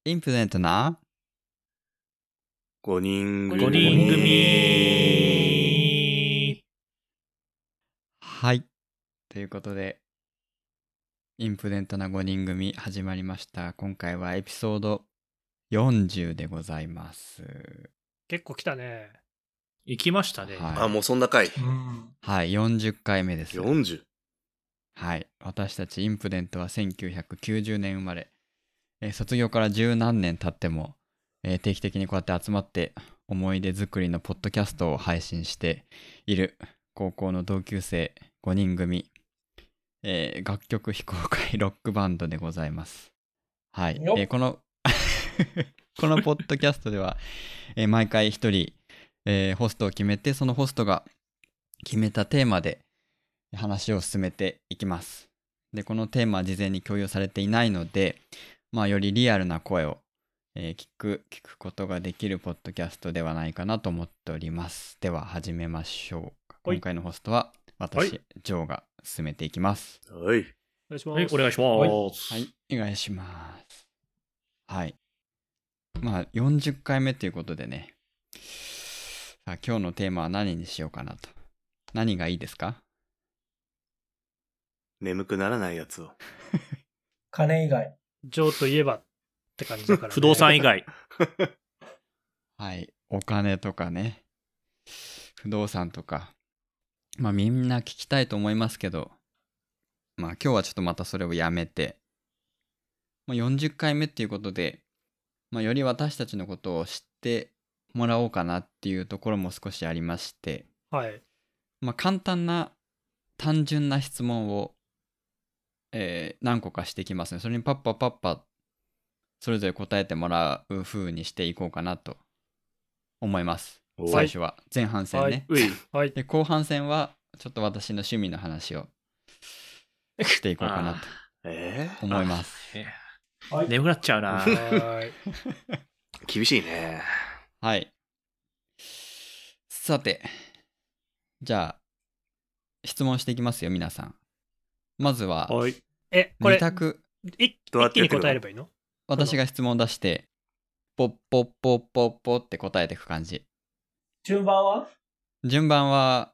インプデントな 5人 5人組。 はい。ということで、インプデントな5人組始まりました。今回はエピソード40でございます。 結構来たね。 行きましたね。 はい。 あ、もうそんな回。 はい、40回目です。 40。 はい。私たちインプデントは1990年生まれ。卒業から十何年経っても、定期的にこうやって集まって思い出作りのポッドキャストを配信している高校の同級生5人組、楽曲非公開ロックバンドでございます。はい。このこのポッドキャストでは、毎回一人、ホストを決めて、そのホストが決めたテーマで話を進めていきます。で、このテーマは事前に共有されていないので、よりリアルな声を、聞くことができるポッドキャストではないかなと思っております。では始めましょう。今回のホストは私、ジョーが進めていきます。 はい。 お願いします。 はい、お願いします。 はい、お願いします。はい。40回目ということでね。さあ、今日のテーマは何にしようかなと。何がいいですか？ 眠くならないやつを。 金以外。 ジョーといえばって感じだから、ね。 不動産以外。 はい。お金とかね。不動産とか。みんな聞きたいと思いますけど、今日はちょっとまたそれをやめて、40回目っていうことで、より私たちのことを知ってもらおうかなっていうところも少しありまして、 はい。 簡単な単純な質問を、何個かしていきますね。それにパッパそれぞれ答えてもらう風にしていこうかなと思います。最初は前半戦ね。 はい。 で後半戦はちょっと私の趣味の話をしていこうかなと思います。 眠くなっちゃうな。 厳しいね。 はい。さて、じゃあ質問していきますよ、皆さん。まずは、 はい。 これ 2択。 一気に答えればいいの？ 私が質問を出して、ポッポッポッポッポって答えていく感じ。 順番は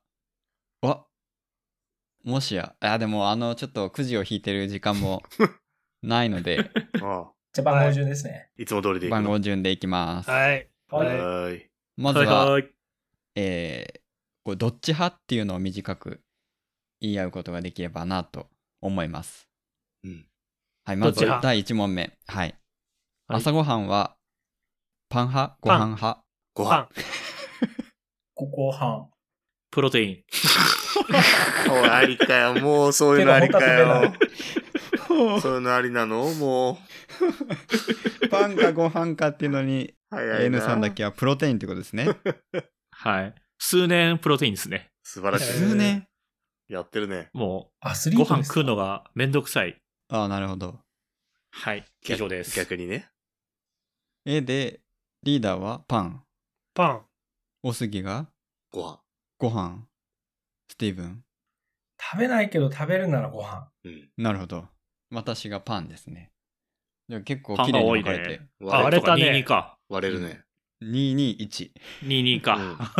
もしや、でもちょっとくじを引いてる時間もないので、 じゃあ番号順ですね。 いつも通りでいくの。 番号順でいきます。 はい。 まずは、これどっち派っていうのを短く言い合うことができればなと思います。はい、まず第1問目。はい。朝ごはんはパン派？ご飯派？ ご飯。 ご飯。 プロテイン。 おい、ありかよ。もうそういうのありかよ。そういうのありなの？もう。パンかご飯かっていうのに、N さんだけはプロテインってことですね。 はい。数年プロテインですね。 素晴らしい。 数年やってるね。 もう、 アスリートご飯食うのがめんどくさい。 なるほど。 はい。以上です。 逆にね。 で、リーダーはパン。おすぎがご飯。スティーブン。 食べないけど食べるならご飯。 なるほど。私がパンですね。じゃあ結構綺麗に分かれて。 割れたね。 22か。 割れるね。 221。 22か。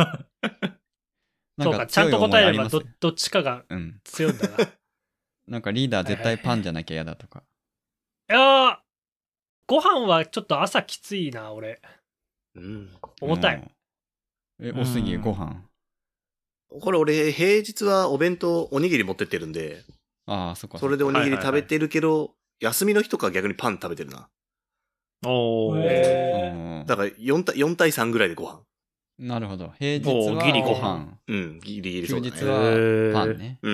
そうか、ちゃんと答えればどっちかが強いんだな。 なんかリーダー絶対パンじゃなきゃ嫌だとか。 いやご飯はちょっと朝きついな、俺。重たい。 おすぎご飯。 これ俺、平日はお弁当、おにぎり持ってってるんで。 そっか。 それでおにぎり食べてるけど、休みの日とか逆にパン食べてるな。だから4対3ぐらいでご飯。 なるほど。平日はギリご飯。 ギリギリそうだね。 休日はパンね。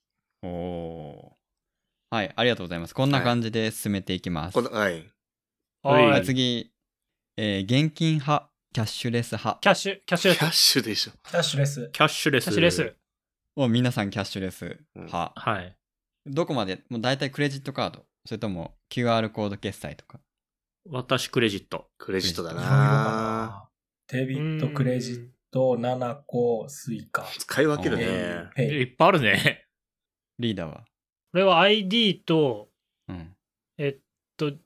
はい、ありがとうございます。こんな感じで進めていきます。次、現金派、キャッシュレス派。 キャッシュでしょ。 キャッシュレス。 皆さんキャッシュレス派。 はい。 どこまで？もう大体クレジットカード、それとも QR コード決済とか。 私クレジット。 クレジットだな。 デビット、クレジット、7個、スイカ。 使い分けるね。 いっぱいあるね。 リーダーは？ これは ID と、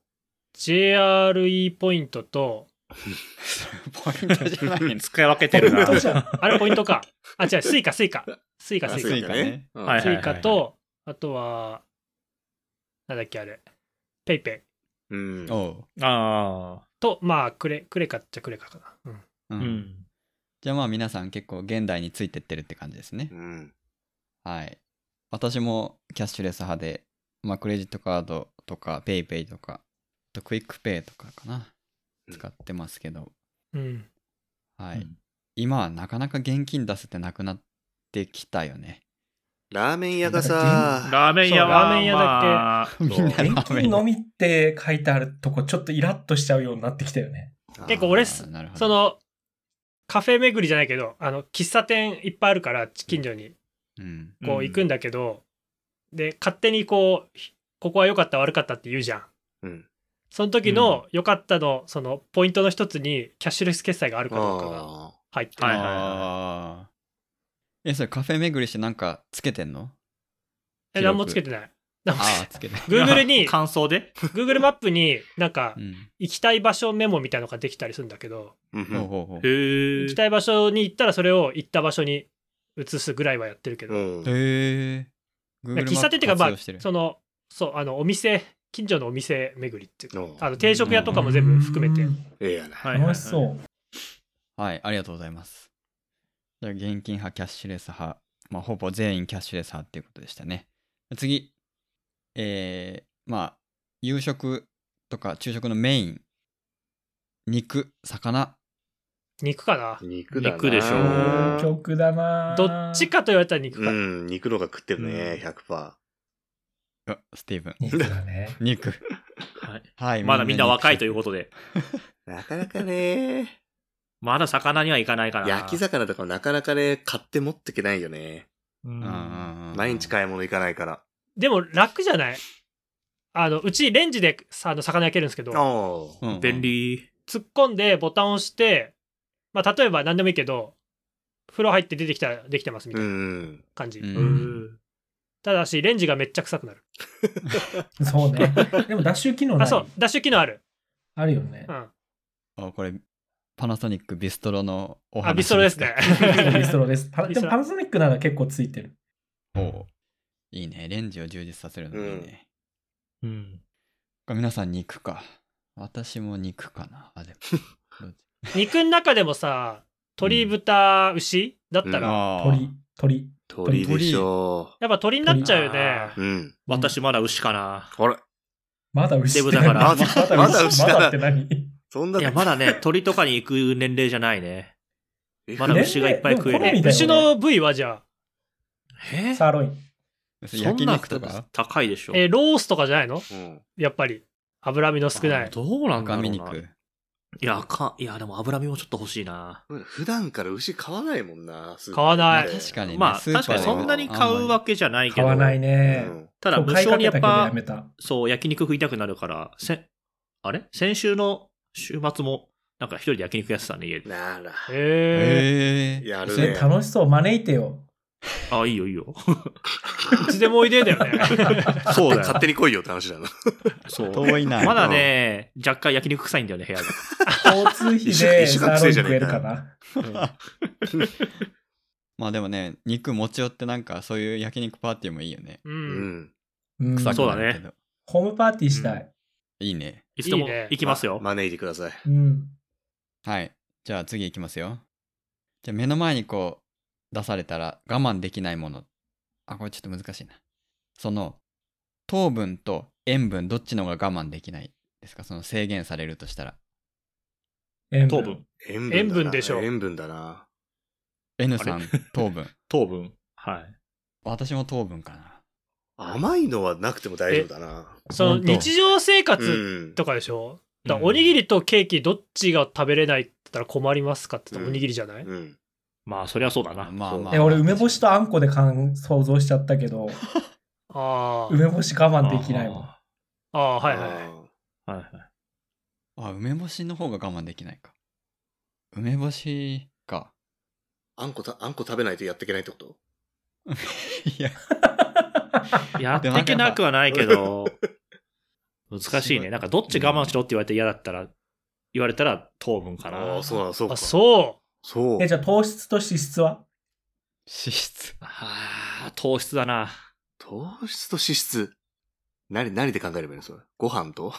JRE ポイントと、 ポイントじゃないの。 使い分けてるな。 本当じゃん。 あれポイントか。あ、違う、スイカ。 スイカスイね。 うんはいカと、あとは、なんだっけあれ。ペイペイうん。 おう。 あと、まあ、クレカっちゃクレカかな。 うあ。 ん。 うん。 じゃあまあ皆さん結構現代についてってるって感じですねう。ん。 はい。私もキャッシュレス派で、まあクレジットカードとかペイペイとか、あとクイックペイとかかな。 うん使ってますけど、 うん。 はい。 うん今はなかなか現金出せてなくなってきたよね。 ラーメン屋がさ、 ラーメン屋は、 そうラーメン屋だけまあみんなラ現ーメン金のみって書いてあるとこちょっとイラッとしちゃうようになってきたよね。 結構俺あーなるほどその、カフェ巡りじゃないけど、喫茶店いっぱいあるから、近所にうん。 こう行くんだけど、で、勝手にこう、ここは良かった悪かったって言うじゃん。 うん。 その時の良かったの、そのポイントの一つにキャッシュレス決済があるかどうかがあ入ってる。 はいあーそれカフェ巡りしてなんかつけてんの？ 何もつけてない。 ああ、つけて。 Google に、 感想で Google マップになんかう、ん。 行きたい場所メモみたいなのができたりするんだけど、 うんほうほうほう。 へえ行き。たい場所に行ったらそれを行った場所に移すぐらいはやってるけど、 うん。 へえ。 喫茶店っていうか、まあ、 してる。 お店、近所のお店巡りっていううんか、定食屋とかも全部含めて。 ええやな。 はいはいはい楽しそう。 はい、ありがとうございます。じゃあ、現金派、キャッシュレス派、まあ、ほぼ全員キャッシュレス派っていうことでしたね。次、まあ、夕食とか昼食のメイン、肉、魚。 肉かな。 肉だな。 肉でしょ究極だな。 どっちかと言われたら肉か。 うん、肉のが食ってるね、100%。 スティーブン。 肉だね。 肉。 はいはい。 まだみんな若いというこことで。 なかなかね、 まだ魚にはいかないかな。 焼き魚とかもなかなかね、買って持ってけないよね。 うん毎日買い物行かないから。 でも楽じゃない？うちレンジで魚焼けるんですけど、 ああ。 便。利。 突っ込んでボタンを押して、まあ、例えば何でもいいけど、風呂入って出てきたらできてますみたういなん感じ。 うんうんただし、レンジがめっちゃ臭くなる。 そうね。でもダッシュ機能ない。 そう、ダッシュ機能ある。 あるよねう。ん。 あ、これ、パナソニックビストロのお話ビストロですね。 ビストロです。 ビストロでもパナソニックなら結構ついてる。 おいいね。レンジを充実させるのいいね。 うん。 皆さん肉か。私も肉かな。あ、でも。 肉の中でもさ、鶏、豚、牛だったら、 あー鳥。 鳥でしょやっぱ鶏になっちゃうよねあ。 う。うん。 私まだ牛かな。 あれまだ牛ってデブだから何まだ牛だなまだって何そんないや、まだね、鳥とかに行く年齢じゃないね。まだね牛がいっぱい食える。 でも好みだよね牛の部位はじゃサーロイン。 焼肉とか高いでしょ。 あ、ロースとかじゃないの？ うん。 やっぱり。脂身の少ない。 どうなんだろうな。 赤身肉。 いや、でも脂身もちょっと欲しいな。 普段から牛買わないもんな。スーパー買わないで確かにね。 まあ、 スーパーで確かにそんなに買うわけじゃないけど。 買わないね。 うんただ、 今日無性にやっ買いかけたけどやぱめ、た。 そう、焼肉食いたくなるから、あれ先週の週末も、なんか一人で焼肉やってたね、家で。 なら。 へそれやるね。 楽しそう。招いてよ。 あ、いいよいいよ。 いつでもおいでだよね。 そうだよ。 勝手に来いよって話だな。 そう。 遠いな。 まだね、若干焼肉臭いんだよね、部屋が。 交通費で一緒サーロイン食え学生じゃねえかるかな。 まあでもね、肉持ち寄ってなんかそういう焼肉パーティーもいいよね。 う。 うんん。 うん臭くそうだねなるけど。 ホームパーティーしたい。 いいね。 いつでもいいね行きますよ。 招いてください。 うん。 はい。じゃあ次行きますよ。じゃあ目の前にこう出されたら我慢できないもの。あ、これちょっと難しいな。その糖分と塩分どっちの方が我慢できないですか？その制限されるとしたら。 糖分。。 塩分だな。 塩分でしょ塩分だな。 N さん糖分。 糖分。はい。 私も糖分かな。 甘いのはなくても大丈夫だな。 そのほんと日常生う活ん。 とかでしょ？だからおにぎりとケーキどっちが食べれないって言ったら困りますかって言ったらおにぎりじゃない？ うん。 まあ、そりゃそうだな。 まあまあ。 俺、梅干しとあんこで想像しちゃったけど、 あ梅干し我慢できないもん。 あ。ああ、はいはい。 はいはい。 あ、梅干しの方が我慢できないか。梅干しか。 あんこ食べないとやっていけないってこといや、 やっていけなくはないけど、 難しいね。なんかどっち我慢しろって言われて嫌だったら、言われたら糖分かな。 ああ、そうだ、そうか。 あ、そう。 そう。 じゃあ糖質と脂質は？ 脂質。 糖質だな。 糖質と脂質。何で考えればいいのそれ。ご飯と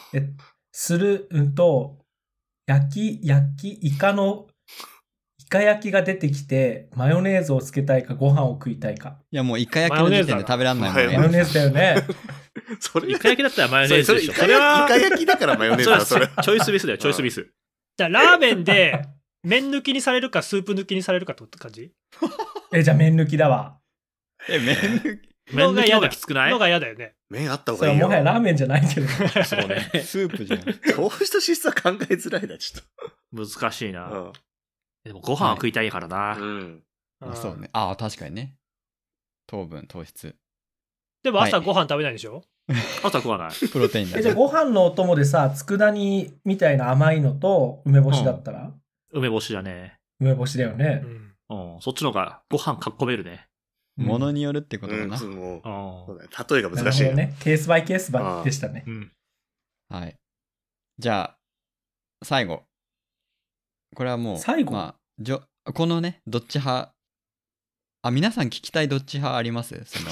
イカ焼きが出てきて、マヨネーズをつけたいか、ご飯を食いたいか。 いやもうイカ焼きの時点で食べらんないもんマヨね。 ネーズだよね。 それイカ焼きだったらマヨネーズでしょ。 それはイカ焼きだからマヨネーズだ、それ。 チョイスミスだよ、チョイスミス。 じゃあラーメンで麺抜きにされるかスープ抜きにされるかって感じ？ じゃあ麺抜きだわ。 麺抜き。 麺抜きの方がきつくないのが嫌だよね。 麺あった方それがいいよ。 はもはやラーメンじゃないけど。 そうね。 スープじゃん。 糖質と脂質は考えづらいな、ちょっ難しいな。 と。 でもご飯は食いたいからな。 うん。 あ、そうね。あ、確かにね。糖分、糖質。 でも朝ご飯食べないでしょ？ 朝食わない。 プロテインだね。 じゃあご飯のお供でさ、佃煮みたいな甘いのと梅干しだったら、 梅干しだね。 梅干しだよね。 そっちの方がご飯かっこめるね。 ものによるってことうん、 かな。 もうそううだね例えがなる難しいよ。 ほどね。ケースバイケースバイでしたね。 ん。 はい。じゃあ、最後。これはもう、 最後まあ、このね、どっち派、皆さん聞きたいどっち派ありますその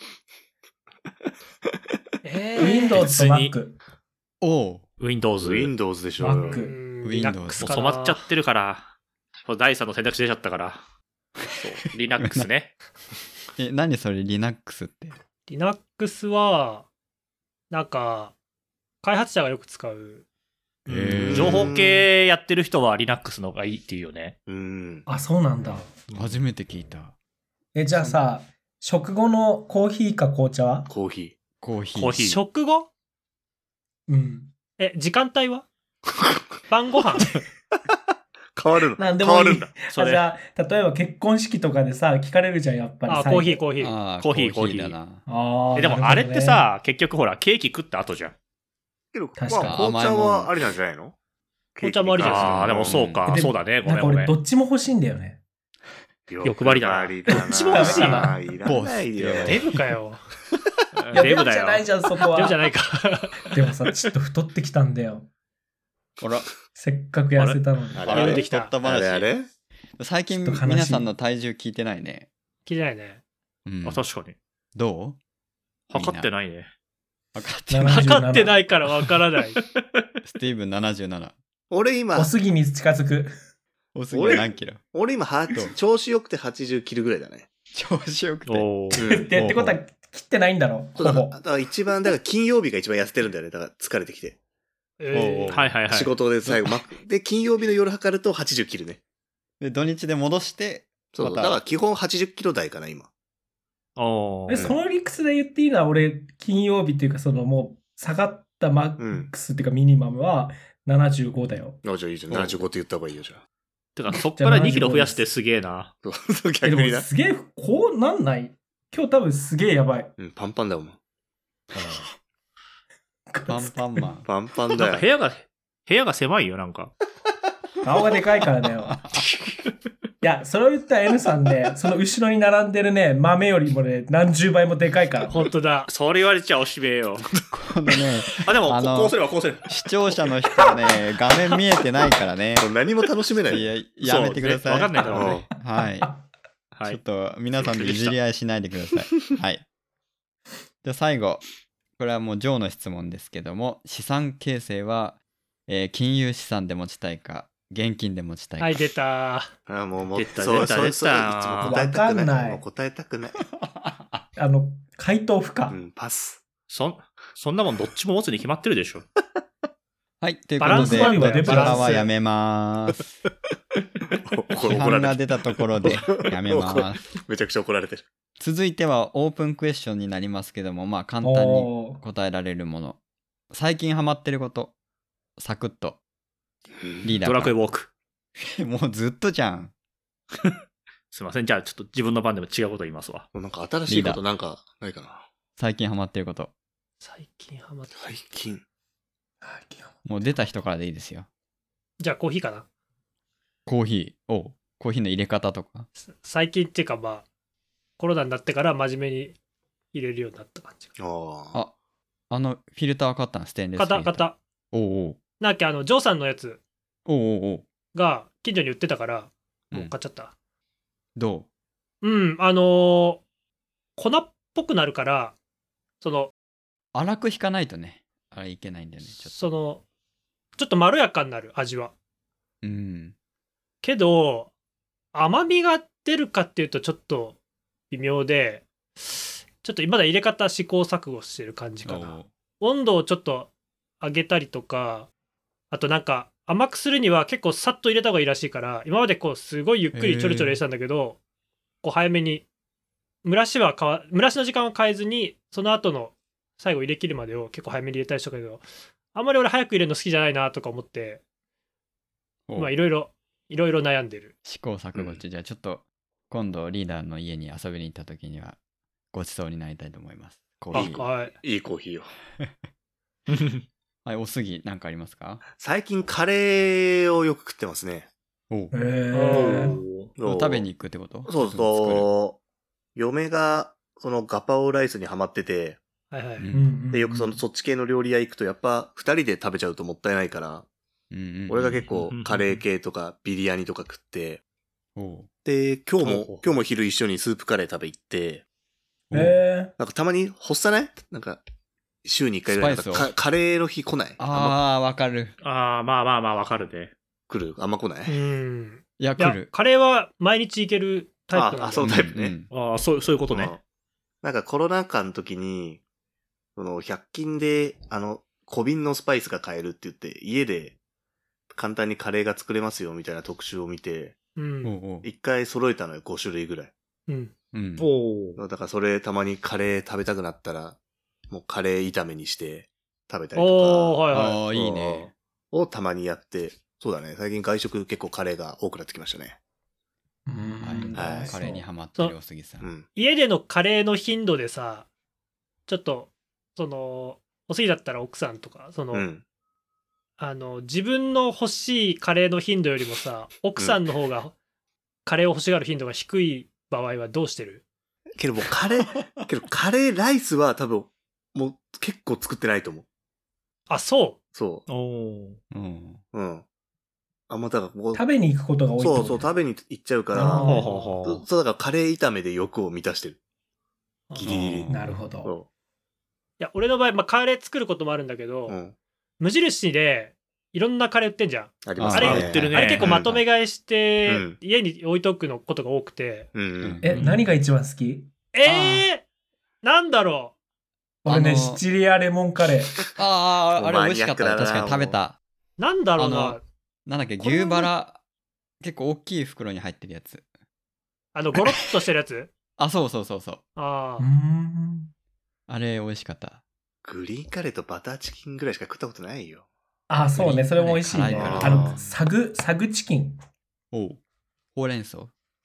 Windows と Mac。 おう。 Windows。 Windows でしょうよ。 Windows Linux もうかな染まっちゃってるから。第3の選択肢出ちゃったから。そう。Linux ね。 何それ Linux って。 Linux は、なんか、開発者がよく使う。 情報系やってる人は Linux の方がいいっていうよね。 うん。 あ、そうなんだ。 初めて聞いた。 じゃあさ、食後のコーヒーか紅茶は？ コーヒコーヒー。 コーヒー食後？ うん。 時間帯は？晩ご飯？ ー。変わるのなんでもいい。 変わるんだ。 それじゃあ、例えば結婚式とかでさ、聞かれるじゃん、やっぱり。 あ、 最後コーヒー、コーヒー。 あーコーヒーコーヒーだな。 でもあれって、さ、結局ほら、ケーキ食った後じゃん。 けど、 確かにまあ、紅茶はありなんじゃないの紅茶もありじゃないですかああ、でもそうか。 でそうだね。ごなるほど。なんか俺、 めんごめん。 どっちも欲しいんだよね。 欲張りだなどっちも欲しいな。 いらないよ。 デブかよ。 いや、 デブだよ。 じゃないじゃん、そこは。 デブじゃないか。 でもさ、ちょっと太ってきたんだよ。 あら、 せっかく痩せたのに。 あれあれあれできた太ったあれあ話。 れ最近ちょっと悲しい皆さんの体重聞いてないね。 聞いてないね。 うんあ、確かに。 どう測ってないね。 測ってない。 77 測ってないからわからない。 スティーブン77。 俺今お、すぎに近づく。 おすぎは何キロ俺今調子よくて80切るぐらいだね。 調子よくて。 おー。 ってことは、切ってないんだろ、ほぼ。 そうだから一番、だから金曜日が一番痩せてるんだよね。だから疲れてきて。 はいはいはい。 仕事で最後、で、金曜日の夜測ると80切るね。 で、土日で戻して、 そう、 まただから基本80キロ台かな、今。 おー。 その理屈で言っていいのは、俺、金曜日っていうか、そのもう、下がったマックスっていうか、ミニマムは75だよ。 あ、じゃあいいじゃん。75って言った方がいいよ、じゃあ。 てか、そっから2キロ増やしてすげえな。 そうでも逆にな。 すげえ、こうなんない？今日多分すげえやばい。 うん、パンパンだよ、お前。 パンパンマン。 パンパンなんだよ。 か部屋が狭いよ、なんか。 顔がでかいからだよ。いや、それを言ったら N さんね、その後ろに並んでるね、豆よりもね、何十倍もでかいから。 本当だ。 それ言われちゃおしめえよ。 このね、 あ、でも、 あのこうすればこうすれば。 視聴者の人はね、画面見えてないからね。 もう何も楽しめないいよ。 や、やめてください。 わかんないだろうね。 はい。 はいちょっ。と皆さんでいじり合いしないでください。はい。じゃあ最後。これはもうジョーの質問ですけども、資産形成は、金融資産で持ちたいか、現金で持ちたいか。 はい、出た。 あもうもう出たそう出た出たそうそういつも答えたくな。 わかんないいもう答えたくない。 回答不可。 うん、パス。 そんなもんどっちも持つに決まってるでしょ。 はい。というバランスことで、 悪いわねどっち派はやめます。批怒られて判が出たところでやめます。 めちゃくちゃ怒られてる。 続いてはオープンクエスチョンになりますけども、まあ簡単におー答えられるもの。最近ハマってること。サクッと。リーダードラクエウかォーク。 ら。もうずっとじゃん。 すいません。じゃあ、ちょっと自分の番でも違うこと言いますわ。 もうなんか新しいことなんかないかな。 最近ハマってること。 最近ハマって。 最近。 もう出た人からでいいですよ。 じゃあコーヒーかな。 コーヒー。おうコーヒーの入れ方とか。 最近っていうかまあ、コロナになってから真面目に入れるようになった感じ。 ああ。 あ、 フィルター買ったの？ステンレスフィルター。 買った。 おうおう。 なんだっけ、ジョーさんのやつおうおうおう。 が近所に売ってたから、もう買っちゃった。 どうん、粉っぽくなるから、粗く引かないとね、あれいけないんだよね。 ちょっとまろやかになる味は。 うん。 けど、甘みが出るかっていうとちょっと微妙で、ちょっとまだ入れ方試行錯誤してる感じかな。温度をちょっと上げたりとか、あとなんか甘くするには結構さっと入れた方がいいらしいから、今まですごいゆっくりちょろちょろ入れてたんだけど、早めに蒸らしの時間は変えずに、その後の最後入れ切るまでを結構早めに入れたりしたけど、あんまり俺早く入れるの好きじゃないなとか思って、まあいろいろ悩んでる。 試行錯誤中、じゃあちょっと今度リーダーの家に遊びに行った時にはごちそうになりたいと思います。コーヒー。 はい。 いいコーヒーよ。 はい、おすぎなんかありますか？ 最近カレーをよく食ってますね。 お食べに行くってこと？ そうそう。嫁がそのガパオライスにハマってて、 はいはい。 でよくそっち系の料理屋行くとやっぱ2人で食べちゃうともったいないから、俺が結構カレー系とかビリヤニとか食って、で今日も昼一緒にスープカレー食べ行って、なんかたまに発作ない？なんか週に1回ぐらいカレーの日来ない？ わかる。 まあわかるね。 来る？あんま来ない？ いや、来る。 カレーは毎日行けるタイプなんだ。 そのタイプね。 そういうことね。 なんかコロナ禍の時に、100均で、小瓶のスパイスが買えるって言って、家で簡単にカレーが作れますよみたいな特集を見て、一回揃えたのよ、5種類ぐらい。だからそれたまにカレー食べたくなったら、もうカレー炒めにして食べたりとか。 いいね。 をたまにやって、そうだね。最近外食結構カレーが多くなってきましたね。 カレーにハマってるおすぎさん。 家でのカレーの頻度でさ、ちょっと、おすぎだったら奥さんとか、自分の欲しいカレーの頻度よりもさ、奥さんの方がカレーを欲しがる頻度が低い場合はどうしてる？ けどもうカレーライスは多分、もう結構作ってないと思う。 あ、そう？ そう。あんまだから食べに行くことが多い。 そう食べに行っちゃうから、そうだからカレー炒めで欲を満たしてる。ギリギリ。 なるほど。 いや、俺の場合、カレー作ることもあるんだけど、無印でいろんなカレー売ってんじゃん。 ありますね。 売ってるね。あれ結構まとめ買いして、家に置いとくのことが多くて。 何が一番好き？ なんだろう。俺ね、シチリアレモンカレー。 あれ美味しかった。確かに食べた。 なんだろうな。 なんだっけ、牛バラ、結構大きい袋に入ってるやつ。 ゴロッとしてるやつ？ そう。 あれ美味しかった。 グリーンカレーとバターチキンぐらいしか食ったことないよ。 そうね、それも美味しいね。サグチキン。 ほうれん草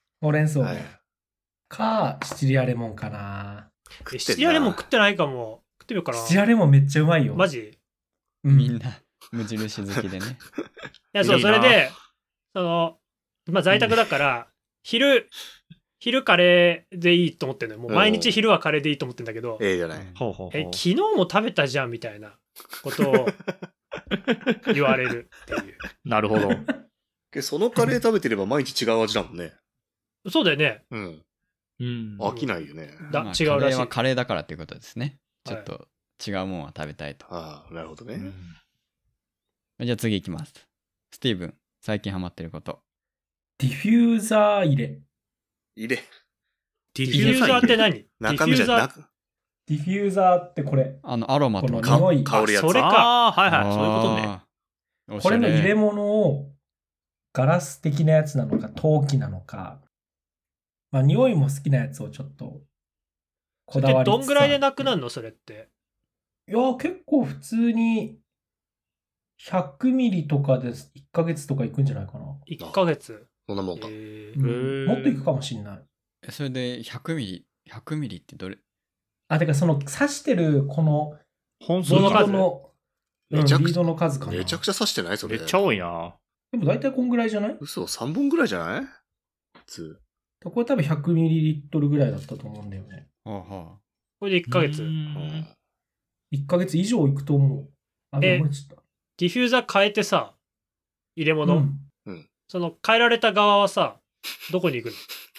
か、シチリアレモンかな。 シチリアレモン食ってないかも。食ってみようかな。 シチリアレモンめっちゃうまいよ。 マジ？ みんな無印好きでね。 いや、それで、在宅だから、昼カレーでいいと思ってんのよ。もう毎日昼はカレーでいいと思ってんだけど、 じゃない。 昨日も食べたじゃんみたいなことを言われるっていう。 なるほど。 そのカレー食べてれば毎日違う味だもんね。 そうだよね。 飽きないよね。 違うらしい。 カレーはカレーだからっていうことですね。ちょっと違うもんは食べたいと。 なるほどね。 じゃあ次いきます。スティーブン、最近ハマってること。 ディフューザー入れ。 ディフューザーって何？ 中身じゃなく。 ディフューザーってこれ。 アロマとか香りやつ。 それか。 はい、そういうことね。 これの入れ物をガラス的なやつなのか陶器なのか、匂いも好きなやつをちょっとこだわりつつ。 どんぐらいでなくなるのそれって？ いや結構普通に100ミリとかで1ヶ月とかいくんじゃないかな。 1ヶ月。 そんなもんか。 もっといくかもしんない。 それで100ミリってどれ？ てかその刺してるこの本数の数のリードの数かな。 めちゃくちゃ刺してないそれ。 めっちゃ多いな。 でも大体こんぐらいじゃない？ 嘘、3本ぐらいじゃない？普通。 これ多分100ミリリットルぐらいだったと思うんだよね。 これで1ヶ月。 1ヶ月以上行くと思う。あ、 え漏れちゃった。 ディフューザー変えてさ、入れ物、 うんその変えられた側はさ、どこに行くの？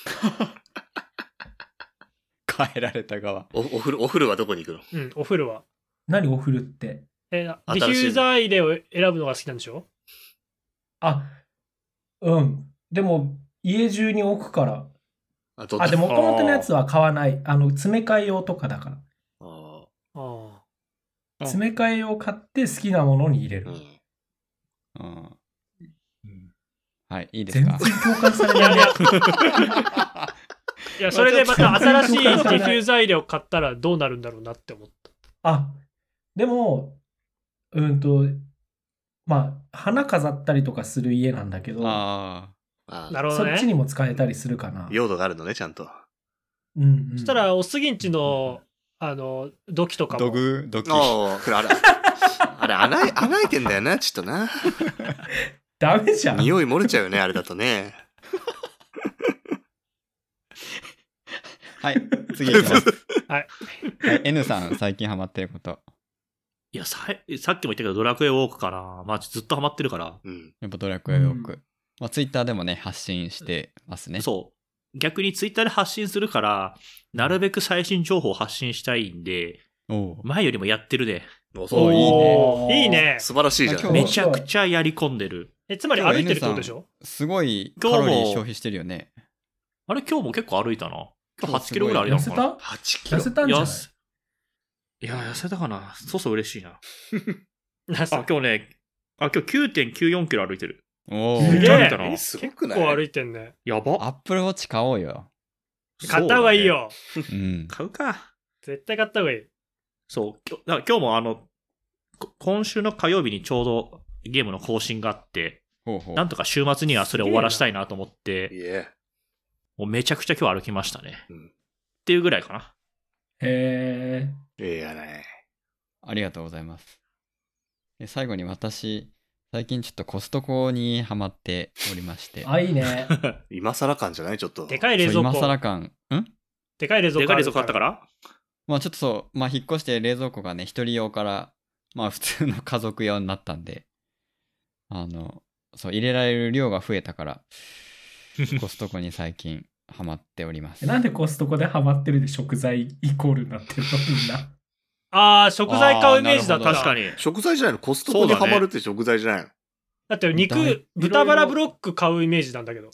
変えられた側。 お風呂はどこに行くの？ うん、お風呂は。 何お風呂って。 ディフューザー入れを選ぶのが好きなんでしょ？ あ、うん。でも、家中に置くから。 あ、 でも、元々のやつは買わない。詰め替え用とかだから。 あああ。 詰め替え用買って好きなものに入れる。 うんはい、いいですか？ 全然共感されないね。 いや、それでまた新しいディフューザー入れを買ったらどうなるんだろうなって思った。 でも、まあ、花飾ったりとかする家なんだけど、 なるほどね。 そっちにも使えたりするかな。 用途があるのね、ちゃんと。 そしたら、おすぎんちの、土器とかも。 土器。 あれ、穴開いてんだよな、ちょっとな。 ダメじゃん。 匂い漏れちゃうよね、あれだとね。 はい、次いきます。 はい。 N さん、最近ハマってること。 いや、さっきも言ったけど、ドラクエウォークかな。まあ、ずっとハマってるから。 やっぱドラクエウォーク。まあ、ツイッターでもね、発信してますね。 そう。逆にツイッターで発信するから、なるべく最新情報を発信したいんで、前よりもやってるね。 そういいね。 いいね。 素晴らしいじゃん。 めちゃくちゃやり込んでる。 つまり歩いてるってことでしょ？ すごいカロリー消費してるよね。 あれ、今日も結構歩いたな。今日8キロぐらい歩いたのかな。 8キロ痩せたんじゃない？ いや、痩せたかな。そう嬉しいな。今日 9.94 キロ歩いてる。 すげえ。 すごくない？ 結構歩いてんね。 やば。 アップルウォッチ買おうよ。 買った方がいいよ。 買うか。 絶対買った方がいい。 そう。今日も今週の火曜日にちょうどゲームの更新があって、なんとか週末にはそれ終わらしたいなと思って、もうめちゃくちゃ今日歩きましたね。っていうぐらいかな。 へえ。やね。 ありがとうございます。最後に私、最近ちょっとコストコにハマっておりまして。 いいね。 今更感じゃない？ちょっと。 でかい冷蔵庫。 今更感。 でかい冷蔵庫あったから？ まあちょっとそう、まあ引っ越して冷蔵庫がね、一人用から、まあ普通の家族用になったんで、そう、入れられる量が増えたから、コストコに最近ハマっております。 なんでコストコでハマってるで食材イコールになってるのみんな。 食材買うイメージだった。 確かに。 食材じゃないの？コストコにハマるって食材じゃないの？ だって豚バラブロック買うイメージなんだけど。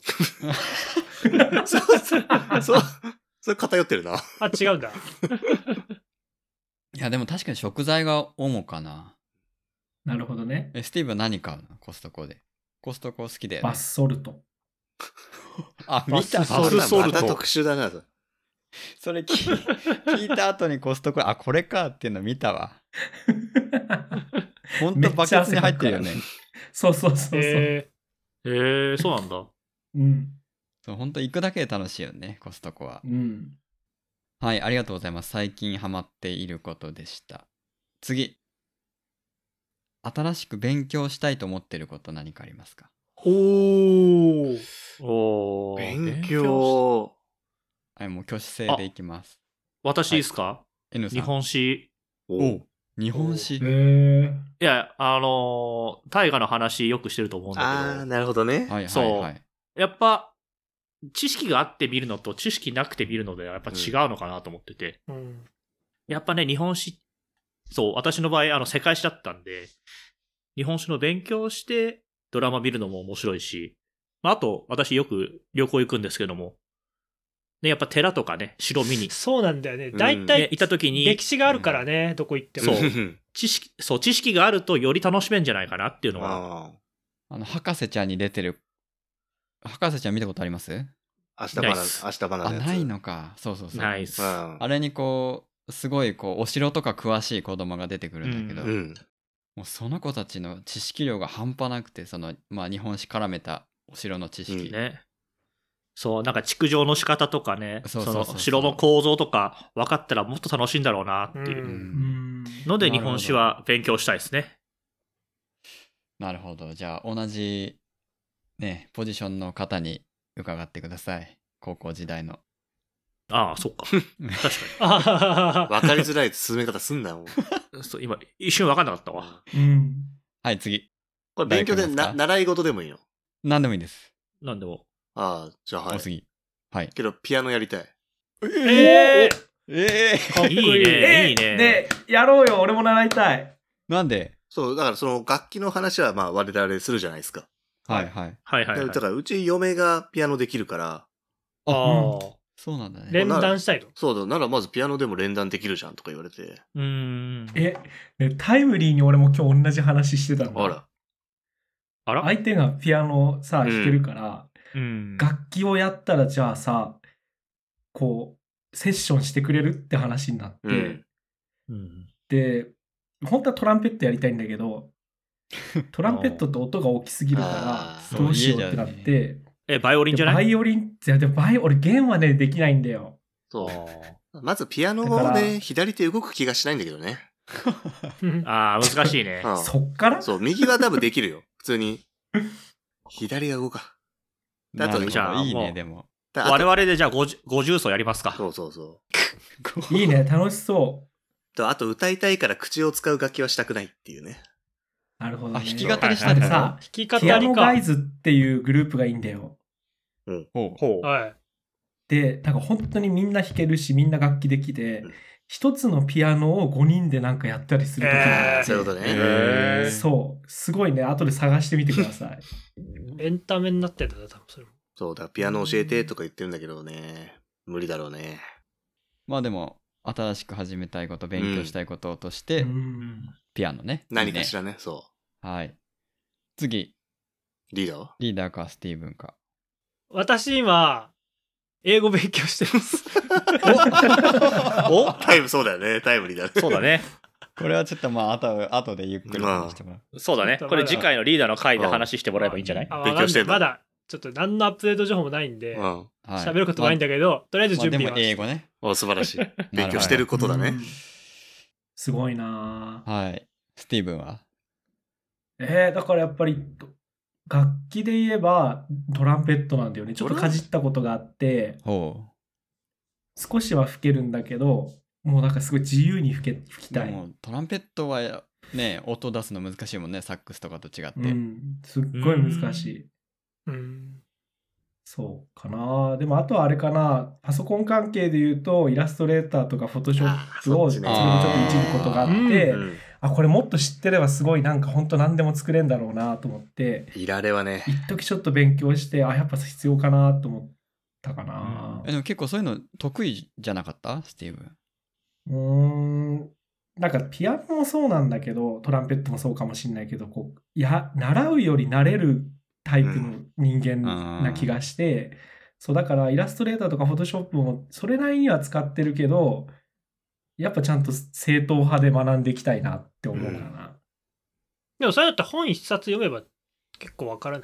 それ偏ってるな。 違うんだ。 いや、でも確かに食材が主かな。 なるほどね。 スティーブは何買うの？コストコで。コストコ好きだよね。 バスソルト。 見た。 バスソルト。また特殊だな。 それ聞いた後にコストコ、これかっていうの見たわ。ほんとバケツに入ってるよね。 そう。 そうなんだ。 そう、ほんと行くだけで楽しいよね、コストコは。 うん。 はい、ありがとうございます。最近ハマっていることでした。次。新しく勉強したいと思ってること何かありますか？ 勉強。 はい、もう挙手制でいきます。 私いいですか？ N さん。 日本史。 日本史。 いや、大河の話よくしてると思うんだけど。 なるほどね。 そう。やっぱ、知識があって見るのと知識なくて見るのではやっぱ違うのかなと思ってて。やっぱね、日本史、そう、私の場合、世界史だったんで、日本史の勉強してドラマ見るのも面白いし、あと、私よく旅行行くんですけども、ね、やっぱ寺とかね、城見に。 そうなんだよね。大体、 行った時に。 歴史があるからね、どこ行っても。 知識があるとより楽しめんじゃないかなっていうのは。 博士ちゃんに出てる、博士ちゃん見たことあります？ 明日花のやつ。 ないのか。そう。 ナイス。 あれにすごいお城とか詳しい子供が出てくるんだけど、もうその子たちの知識量が半端なくて、まあ日本史絡めたお城の知識。 ね。そう、なんか築城の仕方とかね、 その城の構造とか分かったらもっと楽しいんだろうなっていうので、日本史は勉強したいですね。 なるほど。じゃあ同じね、ポジションの方に伺ってください。高校時代の。 ああ、そっか。確かわかりづらい進め方すんなよ。 に。そう、今、一瞬わかんなかったわ。 はい、次。 これ勉強で誰かいますか習い事でもいいよ。 何でもいいです。 なんでも。 ああ、じゃあはい。 お次。はい。 けど、ピアノやりたい。 えかっこいい。 いいねいいねで、やろうよ。俺も習いたい。 なんで？ そう、だからその楽器の話はまあ我々するじゃないですか。 はいはい。 はいはいはい。 だからうち嫁がピアノできるから、 ああ。 そうなんだね。 連弾したいの？ そうだ、ならまずピアノでも連弾できるじゃんとか言われて。 ね、タイムリーに俺も今日同じ話してたんだ。 あら。 相手がピアノさ、弾けるから、楽器をやったらじゃあさ、こう、セッションしてくれるって話になって、で、本当はトランペットやりたいんだけど、トランペットって音が大きすぎるから、どうしようってなって、 バイオリンじゃない？ バイオリン、俺弦はね、できないんだよ。 そう。まずピアノもね、左手動く気がしないんだけどね。 ああ、難しいね。 そっからそう、右は多分できるよ。普通に。左が動か。 あとじゃあ、いいね、でも。 我々でじゃあ50奏やりますか。 そうそうそう。いいね、楽しそう。 あと歌いたいから口を使う楽器はしたくないっていうね。 なるほど、ね。 弾き語りしたんですか？ 弾き語りか。 ピアノガイズっていうグループがいいんだよ。 ほう。 はい。 で、なんか本当にみんな弾けるし、みんな楽器できて、一つのピアノを5人でなんかやったりするときがあって。 そういうことね。 そう。すごいね。後で探してみてください。 エンタメになってんだね、多分それも。 そうだ、ピアノ教えてとか言ってるんだけどね。無理だろうね。 まあでも、新しく始めたいこと、勉強したいこととして、ピアノね。 何かしらね、そう。 はい。次。 リーダーは？ リーダーかスティーブンか。 私今、英語勉強してます。 おタイム、そうだよね。タイムリーだね。 そうだね。 これはちょっとまあ、後でゆっくり話してもらう。 そうだね。これ次回のリーダーの回で話してもらえばいいんじゃない？ 勉強してんだ。 まだ、ちょっと何のアップデート情報もないんで、喋ることないんだけど、とりあえず準備は。 でも英語ね。 素晴らしい。勉強してることだね。 すごいなはい。スティーブンは？ だからやっぱり、楽器で言えばトランペットなんだよね。ちょっとかじったことがあって、少しは吹けるんだけど、もうなんかすごい自由に吹きたい。 もうトランペットはね、音出すの難しいもんね、サックスとかと違って。 すっごい難しい。そうかな。でもあとはあれかな、パソコン関係で言うと、イラストレーターとかフォトショップを自分でちょっといじることがあって、これもっと知ってればすごいなんか本当何でも作れんだろうなと思って、 いられはね。 一時ちょっと勉強して、やっぱ必要かなと思ったかな。 でも結構そういうの得意じゃなかったスティーブン？なんかピアノもそうなんだけど、トランペットもそうかもしれないけど、習うより慣れるタイプの人間な気がして、そうだからイラストレーターとかフォトショップもそれなりには使ってるけど、やっぱちゃんと正統派で学んでいきたいなって思うかな。 でもそれだって本一冊読めば結構わからない？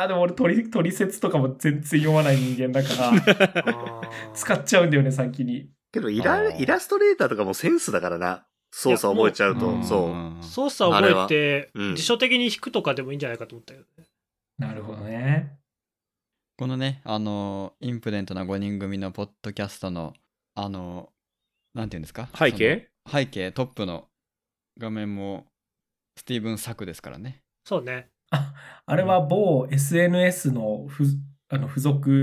でも俺取説とかも全然読まない人間だから使っちゃうんだよね、先に。 けどイラストレーターとかもセンスだからな。操作覚えちゃうと、そう。 操作覚えて、辞書的に弾くとかでもいいんじゃないかと思ったけどね。 なるほどね。 このね、インプデントな5人組のポッドキャストの、なんていうんですか？ 背景、 トップの画面も、スティーブン作ですからね。 そうね。 あれは某 SNS の付属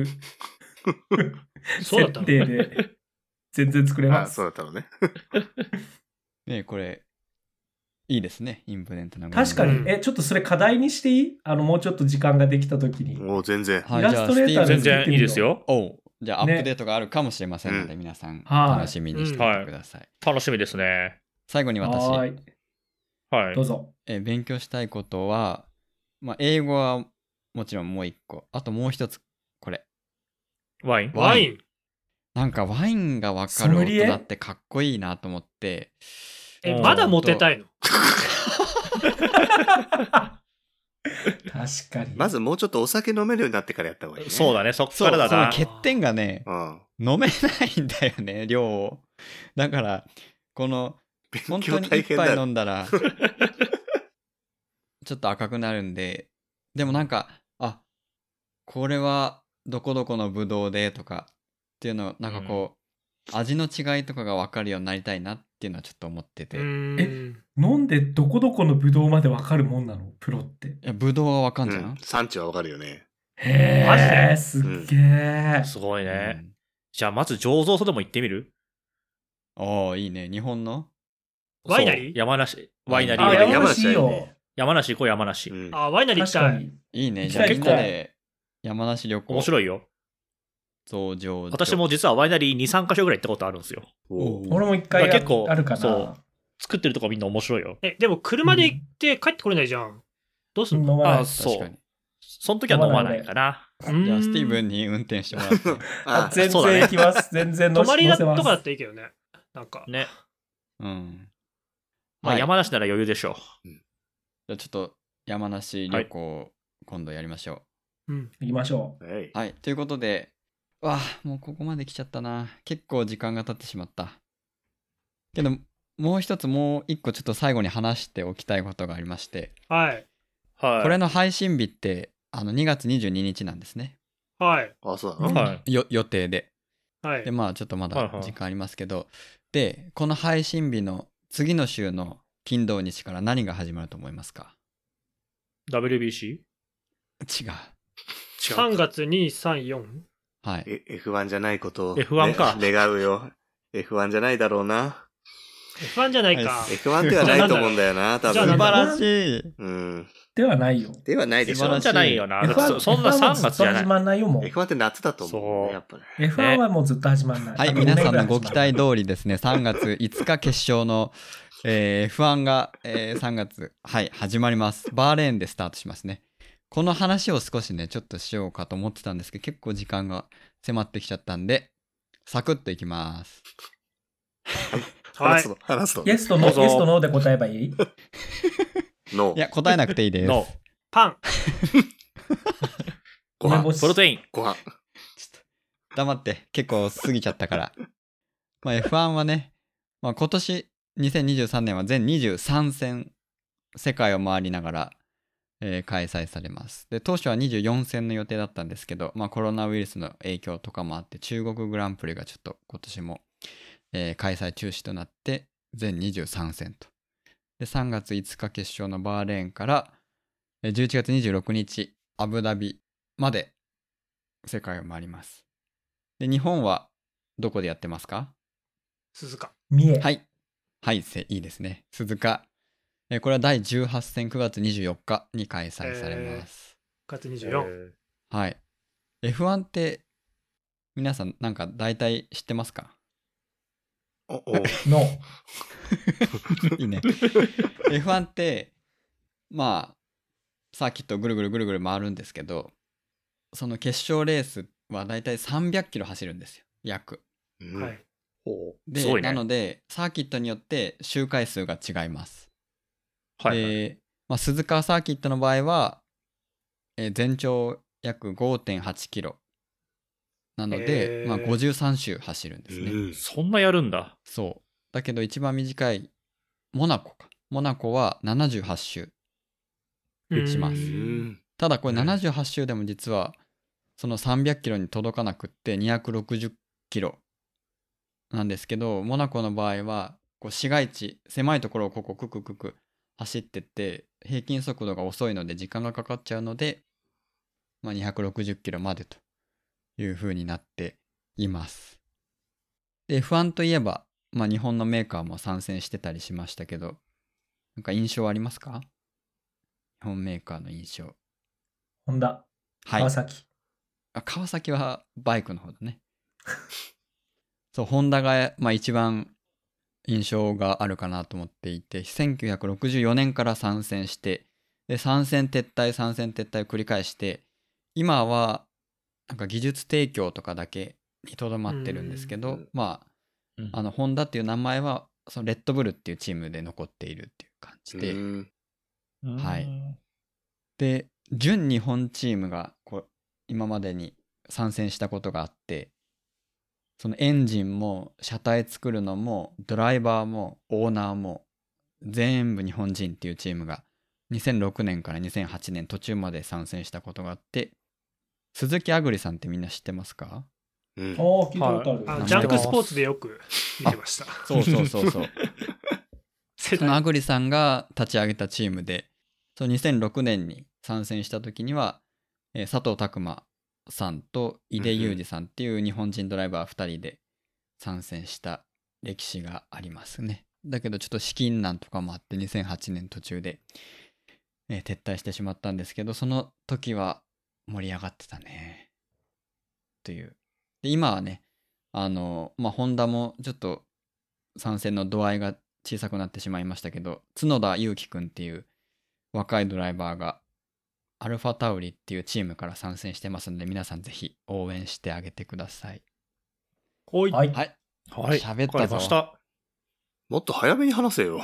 設定で全然作れます。 そうだったのね。 ね、これいいですね、インプデントな。 確かに。ちょっとそれ課題にしていい？もうちょっと時間ができたときに。 もう全然。 イラストレーターで全然いいですよ。 じゃあアップデートがあるかもしれませんので、皆さん楽しみにしていてください。 楽しみですね。 最後に私。 はい。どうぞ。 勉強したいことは、英語はもちろんもう一個。あともう一つ、これ。 ワイン。 なんかワインが分かる音だってかっこいいなと思って。 まだモテたいの？ 確かに。 まずもうちょっとお酒飲めるようになってからやった方がいい、ね。 そうだね、そっからだな。 その欠点がね、飲めないんだよね、量を。だから、この、本当に一杯飲んだら、ちょっと赤くなるんで、でもなんか、これはどこどこのブドウでとか、 っていうのをなんかこう、味の違いとかが分かるようになりたいなっていうのはちょっと思ってて。 飲んでどこどこのブドウまで分かるもんなのプロって。 いやブドウは分かんじゃん、 産地は分かるよね。 へマジえ、 ですっげえ。 すごいね。じゃあまず醸造所でも行ってみる？ ああ、いいね。日本のワイナリー？ 山梨。ワイナリあ、 ー。 山梨いいよ。 山梨行こう、山梨。 ワイナリー行きたい。 いいね。 行きたいじゃあみんなで山梨旅行。 面白いよ。 増上。 私も実はワイナリー2、3カ所ぐらい行ったことあるんですよ。 俺も一回結構あるかな。 そう。作ってるとこみんな面白いよ。 でも車で行って帰ってこれないじゃん。どうすんの？ あ、 そう。その時は飲まないかな。 じゃあスティーブンに運転してもらって。 全然行きます。全然乗せます。 泊まりだとかだったらいいけどね。なんか。 ね。 まあ山梨なら余裕でしょう。 じゃあちょっと山梨旅行今度やりましょう。行きましょう。はい。ということで、もうここまで来ちゃったな。結構時間が経ってしまった。けど、もう一個ちょっと最後に話しておきたいことがありまして。 はい。 これの配信日って2月22日なんですね。 はい。 そうなの？ はい。予定で。 はい。 で、まあちょっとまだ時間ありますけど、で、この配信日の次の週の金土日から何が始まると思いますか？ WBC？ 違う。 3月2、3、4？ はい。 F1 じゃないことを、 F1 か。 願うよ。F1 じゃないだろうな。 F1 じゃないか。 F1 ではないと思うんだよな、多分。 素晴らしい。 ではないよ。 ではないでしょ。 F1 じゃないよな。そんな3月じゃない。 始まんないよ、もう。 F1 って夏だと思う。やっぱり。 F1 はもうずっと始まんない。 はい、皆さんのご期待通りですね、3月5日決勝の、F1 が、3月、はい、始まります。バーレーンでスタートしますね。この話を少しね、ちょっとしようかと思ってたんですけど、結構時間が迫ってきちゃったんで、サクッといきます。 話すの。 イエスとノーで答えばいい？ ノー。 いや、答えなくていいです。 ノー。 パン。 ご飯。 プロテイン。 ご飯。 ちょっと黙って、結構過ぎちゃったから。まあ F1 はね、まあ、今年2023年は全23戦世界を回りながら、開催されます。で、当初は24戦の予定だったんですけど、まあコロナウイルスの影響とかもあって中国グランプリがちょっと今年も、開催中止となって全23戦と。で、3月5日決勝のバーレーンから11月26日アブダビまで世界を回ります。で、日本はどこでやってますか？ 鈴鹿。 三重。 はい。はい、いいですね。鈴鹿。これは第18戦9月24日に開催されます。 9月24。 はい。F1 って皆さんなんか大体知ってますか？ ノー。いいね。F1 ってまあサーキットをぐるぐるぐるぐる回るんですけど、その決勝レースは大体300キロ走るんですよ。約。 はい。 で、なのでサーキットによって周回数が違います。 はい、 で、まあ、鈴鹿サーキットの場合は、全長約 5.8 キロなので、まあ、53周走るんですね。 そんなやるんだ。 そう。だけど一番短いモナコか。モナコは78周します。ただこれ78周でも実はその300キロに届かなくって260キロなんですけど、モナコの場合はこう市街地狭いところをここクククク走ってって平均速度が遅いので時間がかかっちゃうので、まあ、260キロまでという風になっています。で F1 といえば、まあ、日本のメーカーも参戦してたりしましたけど、なんか印象ありますか？日本メーカーの印象。 ホンダ、川崎。 川崎はバイクの方だね。そう、ホンダが、まあ、一番印象があるかなと思っていて、1964年から参戦して、で参戦撤退参戦撤退を繰り返して、今はなんか技術提供とかだけにとどまってるんですけど、まあホンダっていう名前はそのレッドブルっていうチームで残っているっていう感じで、はい。で、準日本チームがこう今までに参戦したことがあって、そのエンジンも車体作るのもドライバーもオーナーも全部日本人っていうチームが2006年から2008年途中まで参戦したことがあって、鈴木あぐりさんってみんな知ってますか？ うん、 聞いたことある、 ジャンクスポーツでよく見てました。 そうそのアグリさんが立ち上げたチームで、そう2006年に参戦した時には、佐藤拓磨さんと井出裕二さんっていう日本人ドライバー2人で参戦した歴史がありますね。だけどちょっと資金難とかもあって2008年途中で、撤退してしまったんですけど、その時は盛り上がってたねという。で今はねホンダもちょっと参戦の度合いが小さくなってしまいましたけど、角田裕樹くんっていう若いドライバーがアルファタウリっていうチームから参戦してますので、皆さんぜひ応援してあげてください。 はい喋ったぞ。 もっと早めに話せよ。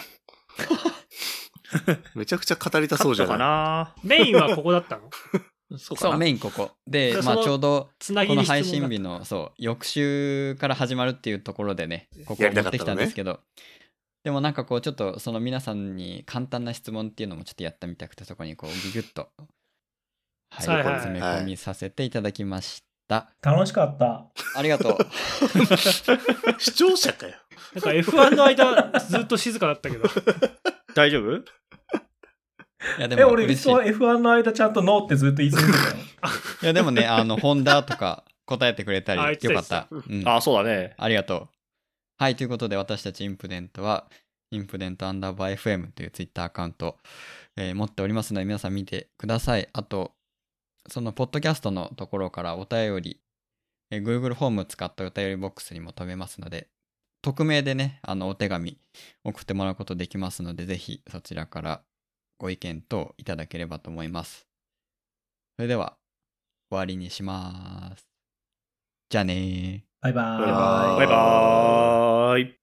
めちゃくちゃ語りたそうじゃない。 メインはここだったの？ そうメインここで、ちょうどこの配信日の翌週から始まるっていうところでね、ここを持ってきたんですけど、でもなんかこうちょっとその皆さんに簡単な質問っていうのもちょっとやってみたくて、そこにこうギュギュッと詰め込みさせていただきました。 楽しかった。 ありがとう。 視聴者かよ。 なんか F1 の間ずっと静かだったけど。 大丈夫？ いやでも俺F1 の間ちゃんとノーってずっと言い続けたよ。 いやでもね、ホンダとか答えてくれたりよかった。 そうだね。 ありがとう。はい、ということで私たちインプデントはインプデント_FM というツイッターアカウント、持っておりますので皆さん見てください。あとそのポッドキャストのところからお便り、Google フォーム使ったお便りボックスにも飛べますので、匿名でねお手紙送ってもらうことできますので、ぜひそちらからご意見等いただければと思います。それでは終わりにします。じゃあねー。 バイバーイ。 バイバーイ。